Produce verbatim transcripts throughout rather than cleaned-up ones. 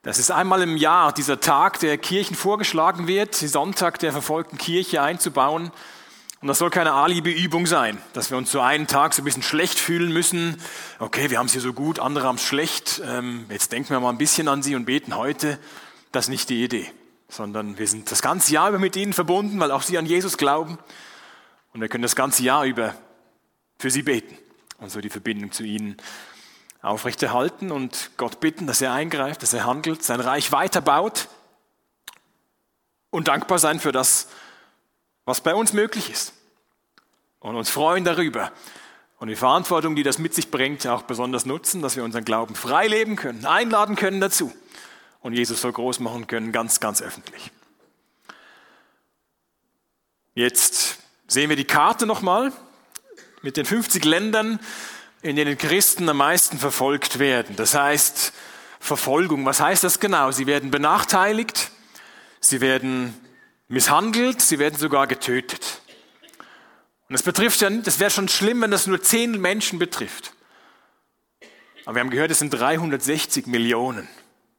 Das ist einmal im Jahr dieser Tag, der Kirchen vorgeschlagen wird, den Sonntag der verfolgten Kirche einzubauen. Und das soll keine Alibi-Übung sein, dass wir uns so einen Tag so ein bisschen schlecht fühlen müssen. Okay, wir haben es hier so gut, andere haben es schlecht. Ähm, jetzt denken wir mal ein bisschen an sie und beten heute. Das ist nicht die Idee, sondern wir sind das ganze Jahr über mit ihnen verbunden, weil auch sie an Jesus glauben. Und wir können das ganze Jahr über für sie beten und so die Verbindung zu ihnen aufrechterhalten und Gott bitten, dass er eingreift, dass er handelt, sein Reich weiterbaut und dankbar sein für das, was bei uns möglich ist. Und uns freuen darüber und die Verantwortung, die das mit sich bringt, auch besonders nutzen, dass wir unseren Glauben frei leben können, einladen können dazu und Jesus so groß machen können, ganz, ganz öffentlich. Jetzt sehen wir die Karte nochmal mit den fünfzig Ländern, in denen Christen am meisten verfolgt werden. Das heißt Verfolgung. Was heißt das genau? Sie werden benachteiligt, sie werden misshandelt, sie werden sogar getötet. Und das betrifft ja nicht, das wäre schon schlimm, wenn das nur zehn Menschen betrifft. Aber wir haben gehört, es sind dreihundertsechzig Millionen.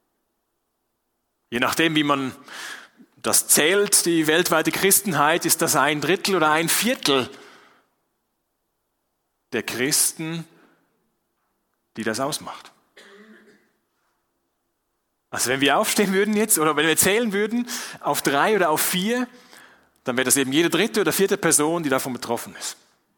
Je nachdem, wie man das zählt, die weltweite Christenheit, ist das ein Drittel oder ein Viertel der Christen, die das ausmacht. Also wenn wir aufstehen würden jetzt, oder wenn wir zählen würden, auf drei oder auf vier, dann wäre das eben jede dritte oder vierte Person, die davon betroffen ist.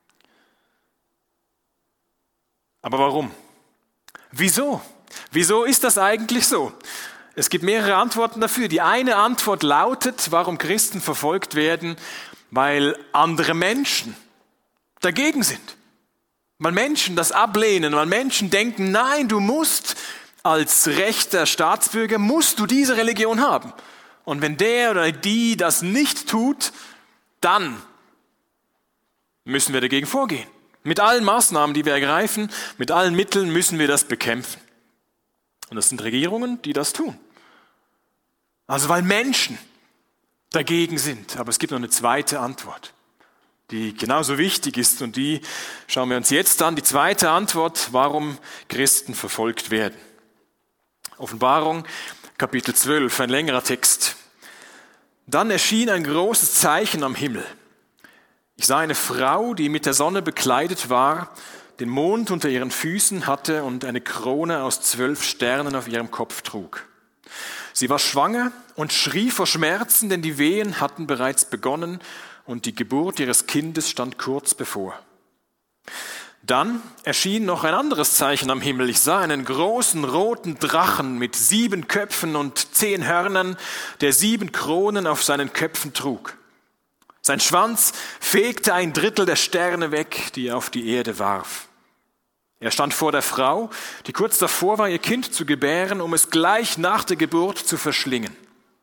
Aber warum? Wieso? Wieso ist das eigentlich so? Es gibt mehrere Antworten dafür. Die eine Antwort lautet, warum Christen verfolgt werden, weil andere Menschen dagegen sind. Weil Menschen das ablehnen, weil Menschen denken, nein, du musst als rechter Staatsbürger, musst du diese Religion haben. Und wenn der oder die das nicht tut, dann müssen wir dagegen vorgehen. Mit allen Maßnahmen, die wir ergreifen, mit allen Mitteln müssen wir das bekämpfen. Und das sind Regierungen, die das tun. Also weil Menschen dagegen sind. Aber es gibt noch eine zweite Antwort, die genauso wichtig ist, und die schauen wir uns jetzt an. Die zweite Antwort, warum Christen verfolgt werden. Offenbarung, Kapitel zwölf, ein längerer Text. Dann erschien ein großes Zeichen am Himmel. Ich sah eine Frau, die mit der Sonne bekleidet war, den Mond unter ihren Füßen hatte und eine Krone aus zwölf Sternen auf ihrem Kopf trug. Sie war schwanger und schrie vor Schmerzen, denn die Wehen hatten bereits begonnen und die Geburt ihres Kindes stand kurz bevor. Dann erschien noch ein anderes Zeichen am Himmel. Ich sah einen großen roten Drachen mit sieben Köpfen und zehn Hörnern, der sieben Kronen auf seinen Köpfen trug. Sein Schwanz fegte ein Drittel der Sterne weg, die er auf die Erde warf. Er stand vor der Frau, die kurz davor war, ihr Kind zu gebären, um es gleich nach der Geburt zu verschlingen.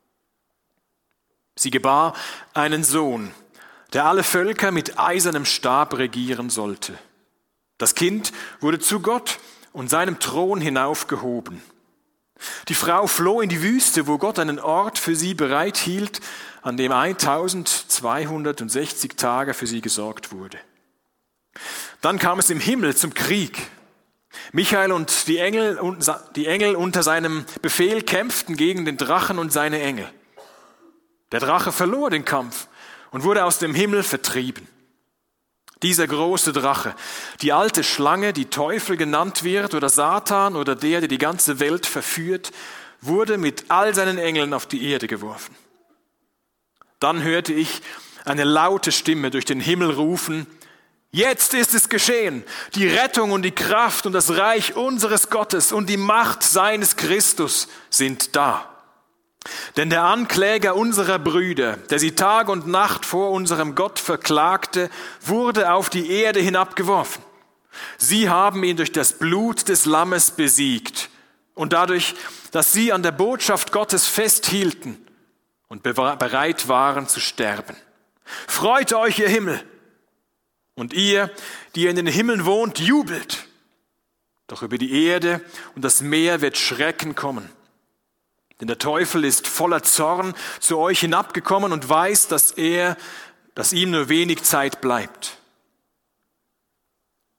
Sie gebar einen Sohn, der alle Völker mit eisernem Stab regieren sollte. Das Kind wurde zu Gott und seinem Thron hinaufgehoben. Die Frau floh in die Wüste, wo Gott einen Ort für sie bereithielt, an dem eintausendzweihundertsechzig Tage für sie gesorgt wurde. Dann kam es im Himmel zum Krieg. Michael und die Engel, die Engel unter seinem Befehl kämpften gegen den Drachen und seine Engel. Der Drache verlor den Kampf und wurde aus dem Himmel vertrieben. Dieser große Drache, die alte Schlange, die Teufel genannt wird, oder Satan oder der, der die ganze Welt verführt, wurde mit all seinen Engeln auf die Erde geworfen. Dann hörte ich eine laute Stimme durch den Himmel rufen: Jetzt ist es geschehen, die Rettung und die Kraft und das Reich unseres Gottes und die Macht seines Christus sind da. Denn der Ankläger unserer Brüder, der sie Tag und Nacht vor unserem Gott verklagte, wurde auf die Erde hinabgeworfen. Sie haben ihn durch das Blut des Lammes besiegt und dadurch, dass sie an der Botschaft Gottes festhielten und bereit waren zu sterben. Freut euch, ihr Himmel! Und ihr, die ihr in den Himmeln wohnt, jubelt. Doch über die Erde und das Meer wird Schrecken kommen. Denn der Teufel ist voller Zorn zu euch hinabgekommen und weiß, dass er, dass ihm nur wenig Zeit bleibt.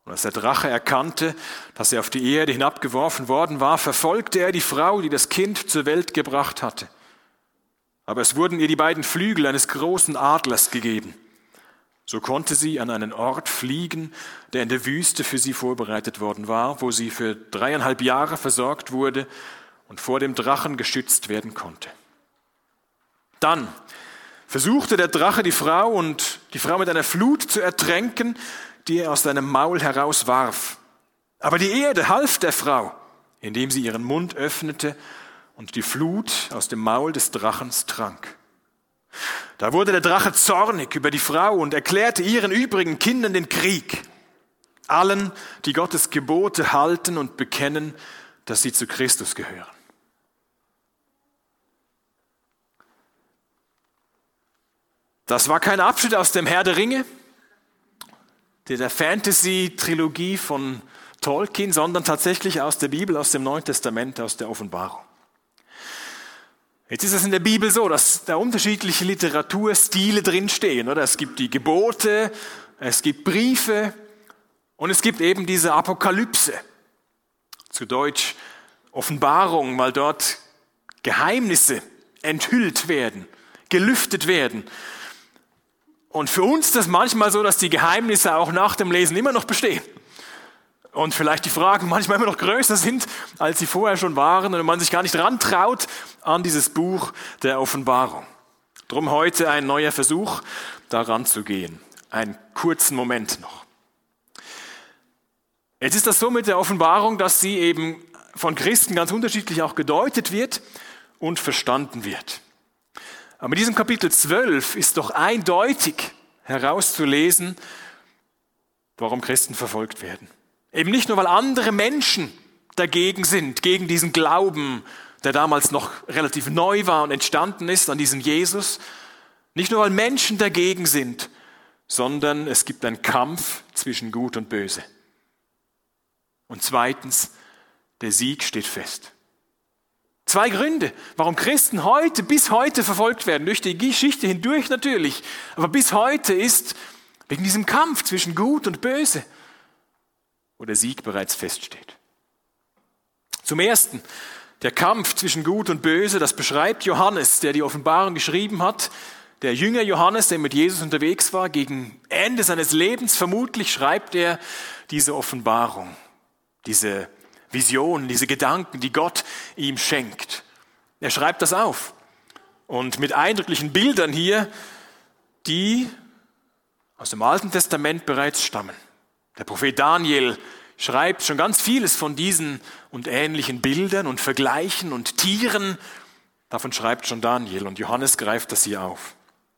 Und als der Drache erkannte, dass er auf die Erde hinabgeworfen worden war, verfolgte er die Frau, die das Kind zur Welt gebracht hatte. Aber es wurden ihr die beiden Flügel eines großen Adlers gegeben. So konnte sie an einen Ort fliegen, der in der Wüste für sie vorbereitet worden war, wo sie für dreieinhalb Jahre versorgt wurde und vor dem Drachen geschützt werden konnte. Dann versuchte der Drache die Frau und die Frau mit einer Flut zu ertränken, die er aus seinem Maul herauswarf. Aber die Erde half der Frau, indem sie ihren Mund öffnete und die Flut aus dem Maul des Drachens trank. Da wurde der Drache zornig über die Frau und erklärte ihren übrigen Kindern den Krieg, allen, die Gottes Gebote halten und bekennen, dass sie zu Christus gehören. Das war kein Abschnitt aus dem Herr der Ringe, der Fantasy-Trilogie von Tolkien, sondern tatsächlich aus der Bibel, aus dem Neuen Testament, aus der Offenbarung. Jetzt ist es in der Bibel so, dass da unterschiedliche Literaturstile drinstehen, oder? Es gibt die Gebote, es gibt Briefe und es gibt eben diese Apokalypse. Zu Deutsch Offenbarung, weil dort Geheimnisse enthüllt werden, gelüftet werden. Und für uns ist das manchmal so, dass die Geheimnisse auch nach dem Lesen immer noch bestehen. Und vielleicht die Fragen manchmal immer noch größer sind, als sie vorher schon waren und man sich gar nicht rantraut an dieses Buch der Offenbarung. Drum heute ein neuer Versuch, daran zu gehen. Einen kurzen Moment noch. Jetzt ist das so mit der Offenbarung, dass sie eben von Christen ganz unterschiedlich auch gedeutet wird und verstanden wird. Aber in diesem Kapitel zwölf ist doch eindeutig herauszulesen, warum Christen verfolgt werden. Eben nicht nur, weil andere Menschen dagegen sind, gegen diesen Glauben, der damals noch relativ neu war und entstanden ist an diesen Jesus. Nicht nur, weil Menschen dagegen sind, sondern es gibt einen Kampf zwischen Gut und Böse. Und zweitens, der Sieg steht fest. Zwei Gründe, warum Christen heute, bis heute verfolgt werden, durch die Geschichte hindurch natürlich, aber bis heute ist wegen diesem Kampf zwischen Gut und Böse, wo der Sieg bereits feststeht. Zum Ersten, der Kampf zwischen Gut und Böse, das beschreibt Johannes, der die Offenbarung geschrieben hat, der Jünger Johannes, der mit Jesus unterwegs war, gegen Ende seines Lebens, vermutlich schreibt er diese Offenbarung, diese Visionen, diese Gedanken, die Gott ihm schenkt. Er schreibt das auf und mit eindrücklichen Bildern hier, die aus dem Alten Testament bereits stammen. Der Prophet Daniel schreibt schon ganz vieles von diesen und ähnlichen Bildern und Vergleichen und Tieren. Davon schreibt schon Daniel und Johannes greift das hier auf.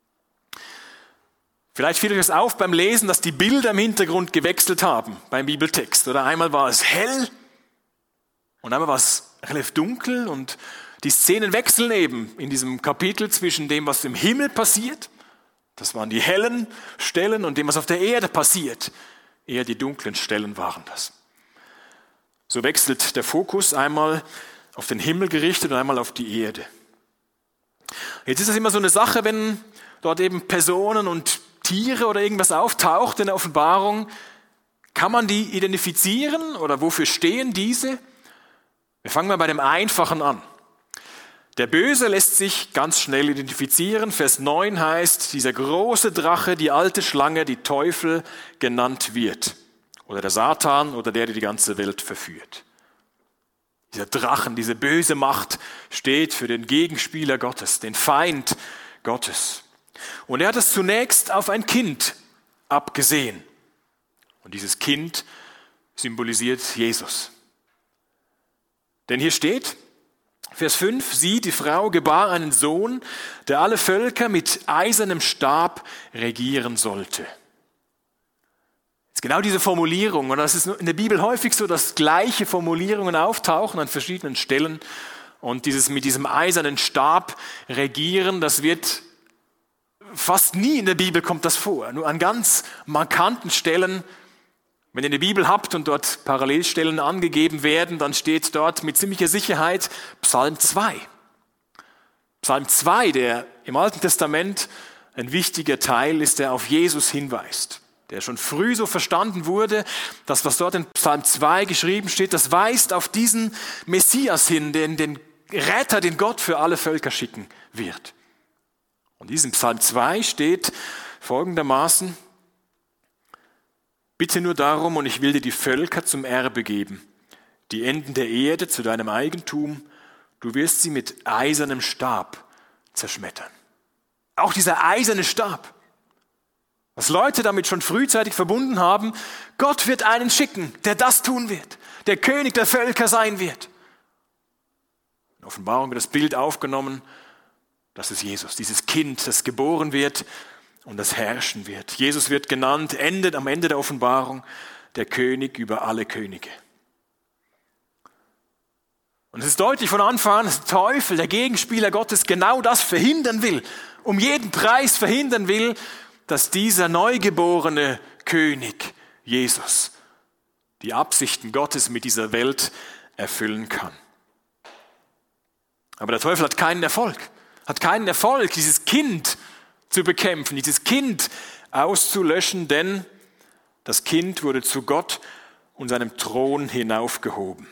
Vielleicht fiel euch das auf beim Lesen, dass die Bilder im Hintergrund gewechselt haben beim Bibeltext. Oder einmal war es hell und einmal war es relativ dunkel und die Szenen wechseln eben in diesem Kapitel zwischen dem, was im Himmel passiert, das waren die hellen Stellen, und dem, was auf der Erde passiert. Eher die dunklen Stellen waren das. So wechselt der Fokus einmal auf den Himmel gerichtet und einmal auf die Erde. Jetzt ist das immer so eine Sache, wenn dort eben Personen und Tiere oder irgendwas auftaucht in der Offenbarung, kann man die identifizieren oder wofür stehen diese? Wir fangen mal bei dem Einfachen an. Der Böse lässt sich ganz schnell identifizieren. Vers neun heißt, dieser große Drache, die alte Schlange, die Teufel genannt wird. Oder der Satan oder der, der die ganze Welt verführt. Dieser Drachen, diese böse Macht steht für den Gegenspieler Gottes, den Feind Gottes. Und er hat es zunächst auf ein Kind abgesehen. Und dieses Kind symbolisiert Jesus. Denn hier steht, Vers fünf, sie, die Frau, gebar einen Sohn, der alle Völker mit eisernem Stab regieren sollte. Jetzt genau diese Formulierung, und das ist in der Bibel häufig so, dass gleiche Formulierungen auftauchen an verschiedenen Stellen. Und dieses mit diesem eisernen Stab regieren, das wird fast nie in der Bibel kommt das vor. Nur an ganz markanten Stellen. Wenn ihr eine Bibel habt und dort Parallelstellen angegeben werden, dann steht dort mit ziemlicher Sicherheit Psalm zwei. Psalm zwei, der im Alten Testament ein wichtiger Teil ist, der auf Jesus hinweist. der schon früh so verstanden wurde, das, was dort in Psalm zwei geschrieben steht, das weist auf diesen Messias hin, den, den Retter, den Gott für alle Völker schicken wird. Und in diesem Psalm zwei steht folgendermaßen: Bitte nur darum, und ich will dir die Völker zum Erbe geben, die Enden der Erde zu deinem Eigentum, du wirst sie mit eisernem Stab zerschmettern. Auch dieser eiserne Stab, was Leute damit schon frühzeitig verbunden haben, Gott wird einen schicken, der das tun wird, der König der Völker sein wird. In Offenbarung wird das Bild aufgenommen, das ist Jesus, dieses Kind, das geboren wird und das herrschen wird. Jesus wird genannt, endet am Ende der Offenbarung, der König über alle Könige. Und es ist deutlich von Anfang an, dass der Teufel, der Gegenspieler Gottes, genau das verhindern will, um jeden Preis verhindern will, dass dieser neugeborene König, Jesus, die Absichten Gottes mit dieser Welt erfüllen kann. Aber der Teufel hat keinen Erfolg, hat keinen Erfolg, dieses Kind zu bekämpfen, dieses Kind auszulöschen, denn das Kind wurde zu Gott und seinem Thron hinaufgehoben.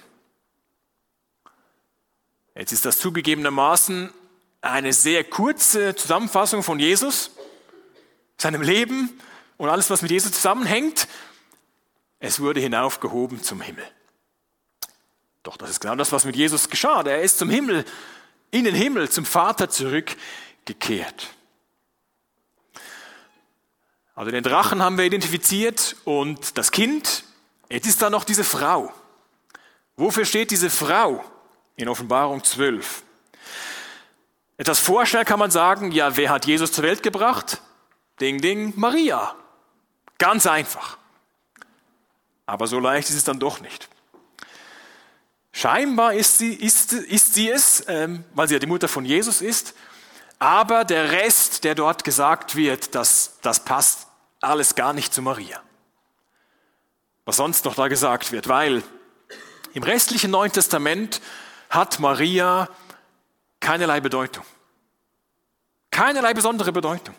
Jetzt ist das zugegebenermaßen eine sehr kurze Zusammenfassung von Jesus, seinem Leben und alles, was mit Jesus zusammenhängt. Es wurde hinaufgehoben zum Himmel. Doch das ist genau das, was mit Jesus geschah. Er ist zum Himmel, in den Himmel, zum Vater zurückgekehrt. Also den Drachen haben wir identifiziert und das Kind. Jetzt ist da noch diese Frau. Wofür steht diese Frau in Offenbarung zwölf? Etwas vorschnell kann man sagen, ja, wer hat Jesus zur Welt gebracht? Ding, ding, Maria. Ganz einfach. Aber so leicht ist es dann doch nicht. Scheinbar ist sie, ist, ist sie es, ähm, weil sie ja die Mutter von Jesus ist. Aber der Rest, der dort gesagt wird, das, das passt alles gar nicht zu Maria. Was sonst noch da gesagt wird, weil im restlichen Neuen Testament hat Maria keinerlei Bedeutung. Keinerlei besondere Bedeutung.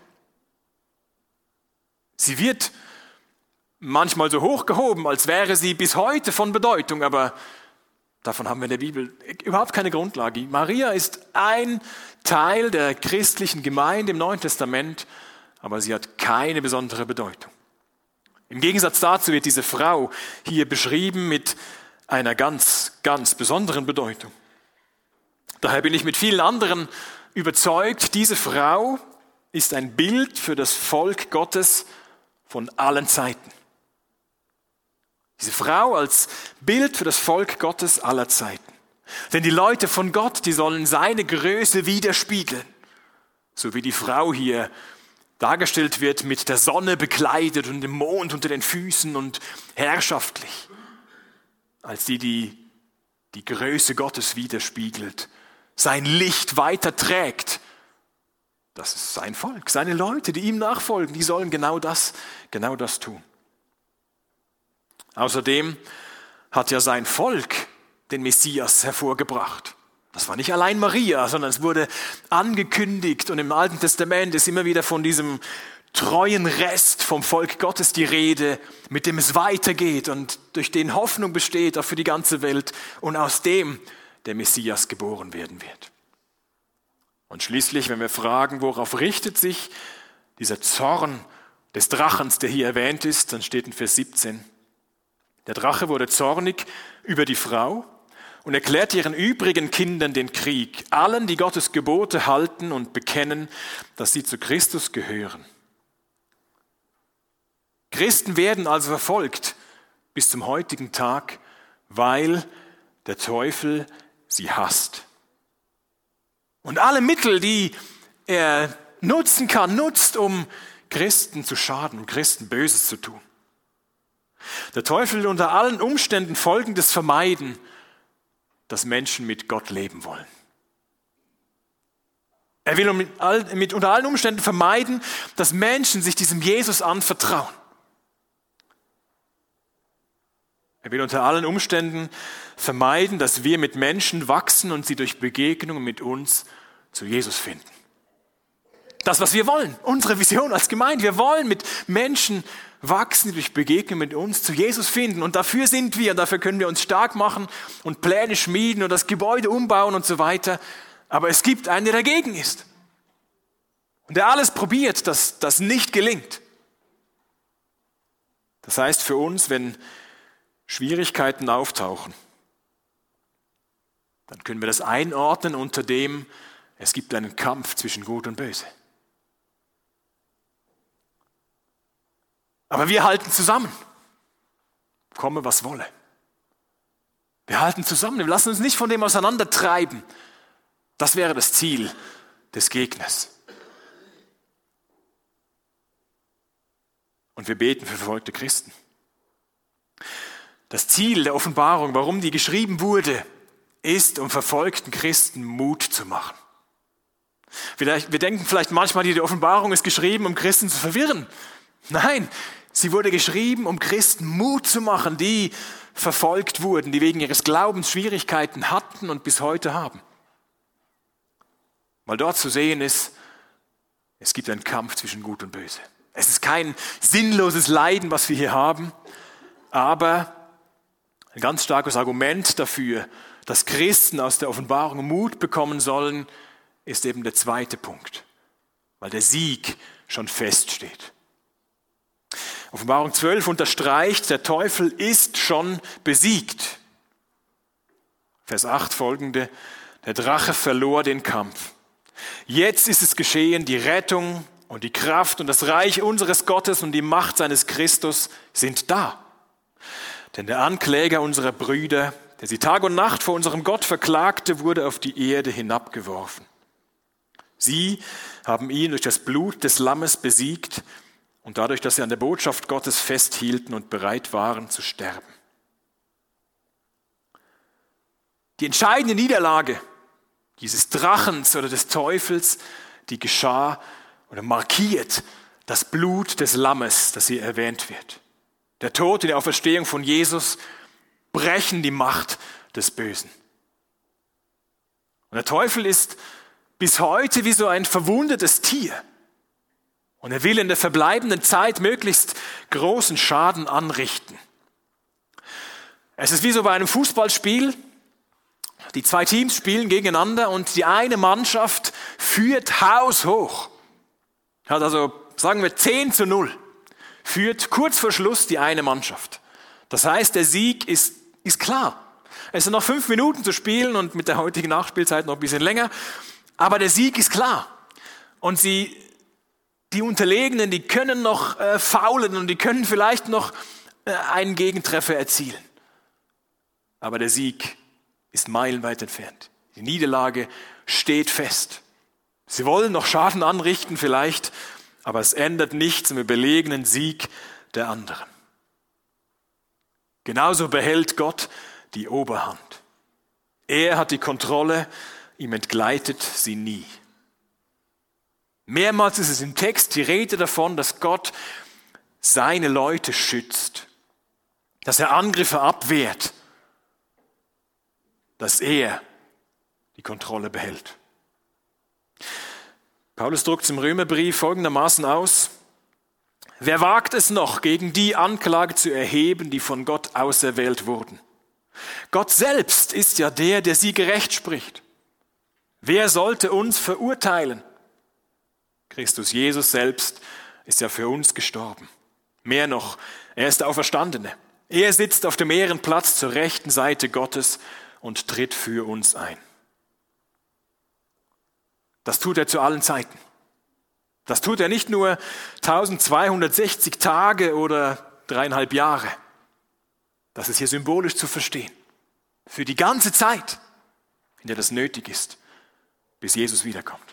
Sie wird manchmal so hochgehoben, als wäre sie bis heute von Bedeutung, aber davon haben wir in der Bibel überhaupt keine Grundlage. Maria ist ein Teil der christlichen Gemeinde im Neuen Testament, aber sie hat keine besondere Bedeutung. Im Gegensatz dazu wird diese Frau hier beschrieben mit einer ganz, ganz besonderen Bedeutung. Daher bin ich mit vielen anderen überzeugt, diese Frau ist ein Bild für das Volk Gottes von allen Zeiten. Diese Frau als Bild für das Volk Gottes aller Zeiten. Denn die Leute von Gott, die sollen seine Größe widerspiegeln. So wie die Frau hier dargestellt wird, mit der Sonne bekleidet und dem Mond unter den Füßen und herrschaftlich. Als die, die die Größe Gottes widerspiegelt, sein Licht weiterträgt. Das ist sein Volk, seine Leute, die ihm nachfolgen, die sollen genau das, genau das tun. Außerdem hat ja sein Volk den Messias hervorgebracht. Das war nicht allein Maria, sondern es wurde angekündigt und im Alten Testament ist immer wieder von diesem treuen Rest vom Volk Gottes die Rede, mit dem es weitergeht und durch den Hoffnung besteht, auch für die ganze Welt und aus dem der Messias geboren werden wird. Und schließlich, wenn wir fragen, worauf richtet sich dieser Zorn des Drachens, der hier erwähnt ist, dann steht in Vers siebzehn, der Drache wurde zornig über die Frau und erklärte ihren übrigen Kindern den Krieg, allen, die Gottes Gebote halten und bekennen, dass sie zu Christus gehören. Christen werden also verfolgt bis zum heutigen Tag, weil der Teufel sie hasst. Und alle Mittel, die er nutzen kann, nutzt, um Christen zu schaden, um Christen Böses zu tun. Der Teufel will unter allen Umständen Folgendes vermeiden, dass Menschen mit Gott leben wollen. Er will mit, all, mit unter allen Umständen vermeiden, dass Menschen sich diesem Jesus anvertrauen. Er will unter allen Umständen vermeiden, dass wir mit Menschen wachsen und sie durch Begegnungen mit uns zu Jesus finden. Das, was wir wollen, unsere Vision als Gemeinde, wir wollen mit Menschen wachsen, durch Begegnung mit uns zu Jesus finden. Und dafür sind wir, dafür können wir uns stark machen und Pläne schmieden und das Gebäude umbauen und so weiter. Aber es gibt einen, der dagegen ist. Und der alles probiert, dass das nicht gelingt. Das heißt für uns, wenn Schwierigkeiten auftauchen, dann können wir das einordnen unter dem, es gibt einen Kampf zwischen Gut und Böse. Aber wir halten zusammen, komme was wolle. Wir halten zusammen, wir lassen uns nicht von dem auseinandertreiben. Das wäre das Ziel des Gegners. Und wir beten für verfolgte Christen. Das Ziel der Offenbarung, warum die geschrieben wurde, ist, um verfolgten Christen Mut zu machen. Wir denken vielleicht manchmal, die Offenbarung ist geschrieben, um Christen zu verwirren. Nein, sie wurde geschrieben, um Christen Mut zu machen, die verfolgt wurden, die wegen ihres Glaubens Schwierigkeiten hatten und bis heute haben. Weil dort zu sehen ist, es gibt einen Kampf zwischen Gut und Böse. Es ist kein sinnloses Leiden, was wir hier haben, aber ein ganz starkes Argument dafür, dass Christen aus der Offenbarung Mut bekommen sollen, ist eben der zweite Punkt, weil der Sieg schon feststeht. Offenbarung zwölf unterstreicht, der Teufel ist schon besiegt. Vers acht folgende, der Drache verlor den Kampf. Jetzt ist es geschehen, die Rettung und die Kraft und das Reich unseres Gottes und die Macht seines Christus sind da. Denn der Ankläger unserer Brüder, der sie Tag und Nacht vor unserem Gott verklagte, wurde auf die Erde hinabgeworfen. Sie haben ihn durch das Blut des Lammes besiegt und dadurch, dass sie an der Botschaft Gottes festhielten und bereit waren zu sterben. Die entscheidende Niederlage dieses Drachens oder des Teufels, die geschah oder markiert das Blut des Lammes, das hier erwähnt wird. Der Tod und die Auferstehung von Jesus brechen die Macht des Bösen. Und der Teufel ist bis heute wie so ein verwundetes Tier. Und er will in der verbleibenden Zeit möglichst großen Schaden anrichten. Es ist wie so bei einem Fußballspiel. Die zwei Teams spielen gegeneinander und die eine Mannschaft führt haushoch. Hat also, sagen wir, zehn zu null. Führt kurz vor Schluss die eine Mannschaft. Das heißt, der Sieg ist, ist klar. Es sind noch fünf Minuten zu spielen und mit der heutigen Nachspielzeit noch ein bisschen länger. Aber der Sieg ist klar. Und sie, die Unterlegenen, die können noch äh, faulen und die können vielleicht noch äh, einen Gegentreffer erzielen. Aber der Sieg ist meilenweit entfernt. Die Niederlage steht fest. Sie wollen noch Schaden anrichten vielleicht, aber es ändert nichts am überlegenen Sieg der anderen. Genauso behält Gott die Oberhand. Er hat die Kontrolle, ihm entgleitet sie nie. Mehrmals ist es im Text die Rede davon, dass Gott seine Leute schützt, dass er Angriffe abwehrt, dass er die Kontrolle behält. Paulus drückt es im Römerbrief folgendermaßen aus: Wer wagt es noch, gegen die Anklage zu erheben, die von Gott auserwählt wurden? Gott selbst ist ja der, der sie gerecht spricht. Wer sollte uns verurteilen? Christus Jesus selbst ist ja für uns gestorben. Mehr noch, er ist der Auferstandene. Er sitzt auf dem Ehrenplatz zur rechten Seite Gottes und tritt für uns ein. Das tut er zu allen Zeiten. Das tut er nicht nur eintausendzweihundertsechzig Tage oder dreieinhalb Jahre. Das ist hier symbolisch zu verstehen. Für die ganze Zeit, in der das nötig ist, bis Jesus wiederkommt.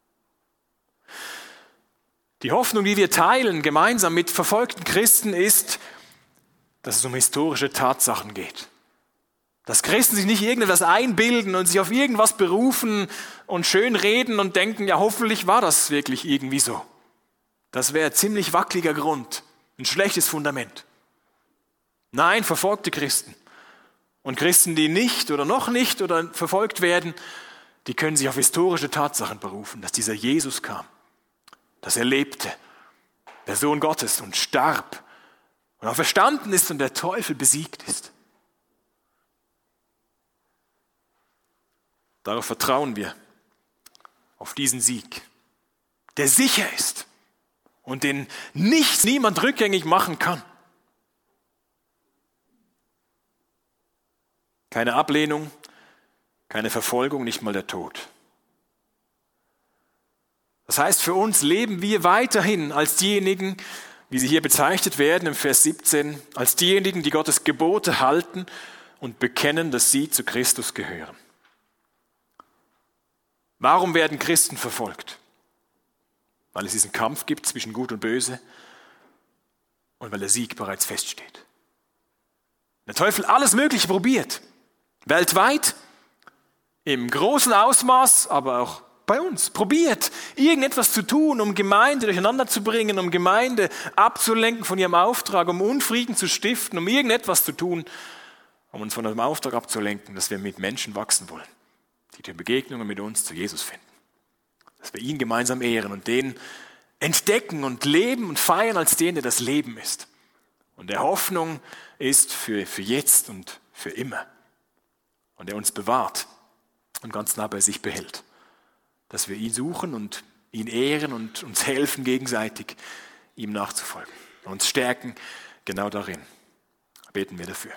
Die Hoffnung, die wir teilen, gemeinsam mit verfolgten Christen, ist, dass es um historische Tatsachen geht. Dass Christen sich nicht irgendetwas einbilden und sich auf irgendwas berufen und schön reden und denken, ja, hoffentlich war das wirklich irgendwie so. Das wäre ein ziemlich wackeliger Grund, ein schlechtes Fundament. Nein, verfolgte Christen und Christen, die nicht oder noch nicht oder verfolgt werden, die können sich auf historische Tatsachen berufen, dass dieser Jesus kam, dass er lebte, der Sohn Gottes, und starb und auch verstanden ist und der Teufel besiegt ist. Darauf vertrauen wir, auf diesen Sieg, der sicher ist und den nichts, niemand rückgängig machen kann. Keine Ablehnung, keine Verfolgung, nicht mal der Tod. Das heißt, für uns leben wir weiterhin als diejenigen, wie sie hier bezeichnet werden im Vers siebzehn, als diejenigen, die Gottes Gebote halten und bekennen, dass sie zu Christus gehören. Warum werden Christen verfolgt? Weil es diesen Kampf gibt zwischen Gut und Böse und weil der Sieg bereits feststeht. Der Teufel alles Mögliche probiert, weltweit, im großen Ausmaß, aber auch bei uns, probiert, irgendetwas zu tun, um Gemeinde durcheinander zu bringen, um Gemeinde abzulenken von ihrem Auftrag, um Unfrieden zu stiften, um irgendetwas zu tun, um uns von dem Auftrag abzulenken, dass wir mit Menschen wachsen wollen, die die Begegnungen mit uns zu Jesus finden. Dass wir ihn gemeinsam ehren und den entdecken und leben und feiern als den, der das Leben ist. Und der Hoffnung ist für, für jetzt und für immer. Und der uns bewahrt und ganz nah bei sich behält. Dass wir ihn suchen und ihn ehren und uns helfen gegenseitig, ihm nachzufolgen. Und uns stärken genau darin. Beten wir dafür.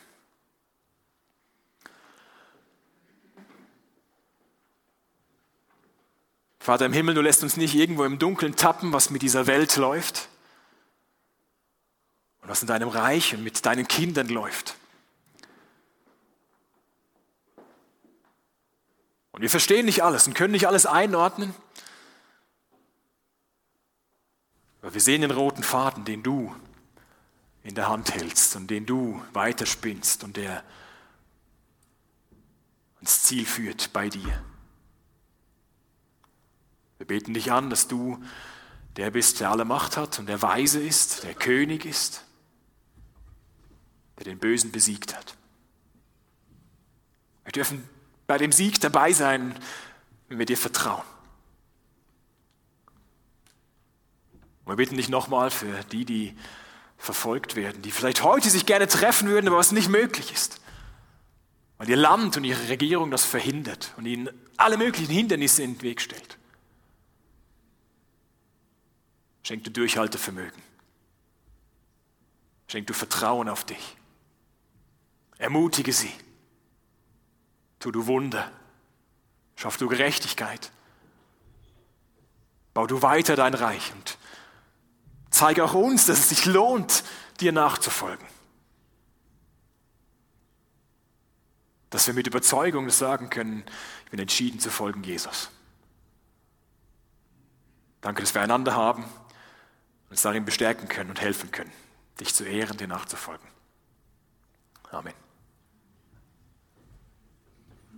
Vater im Himmel, du lässt uns nicht irgendwo im Dunkeln tappen, was mit dieser Welt läuft und was in deinem Reich und mit deinen Kindern läuft. Und wir verstehen nicht alles und können nicht alles einordnen, aber wir sehen den roten Faden, den du in der Hand hältst und den du weiterspinnst und der ans Ziel führt bei dir. Wir beten dich an, dass du der bist, der alle Macht hat und der Weise ist, der König ist, der den Bösen besiegt hat. Wir dürfen bei dem Sieg dabei sein, wenn wir dir vertrauen. Und wir bitten dich nochmal für die, die verfolgt werden, die vielleicht heute sich gerne treffen würden, aber was nicht möglich ist. Weil ihr Land und ihre Regierung das verhindert und ihnen alle möglichen Hindernisse in den Weg stellt. Schenk du Durchhaltevermögen. Schenk du Vertrauen auf dich. Ermutige sie. Tu du Wunder. Schaff du Gerechtigkeit. Bau du weiter dein Reich und zeige auch uns, dass es sich lohnt, dir nachzufolgen. Dass wir mit Überzeugung sagen können, ich bin entschieden zu folgen Jesus. Danke, dass wir einander haben, uns darin bestärken können und helfen können, dich zu ehren, dir nachzufolgen. Amen.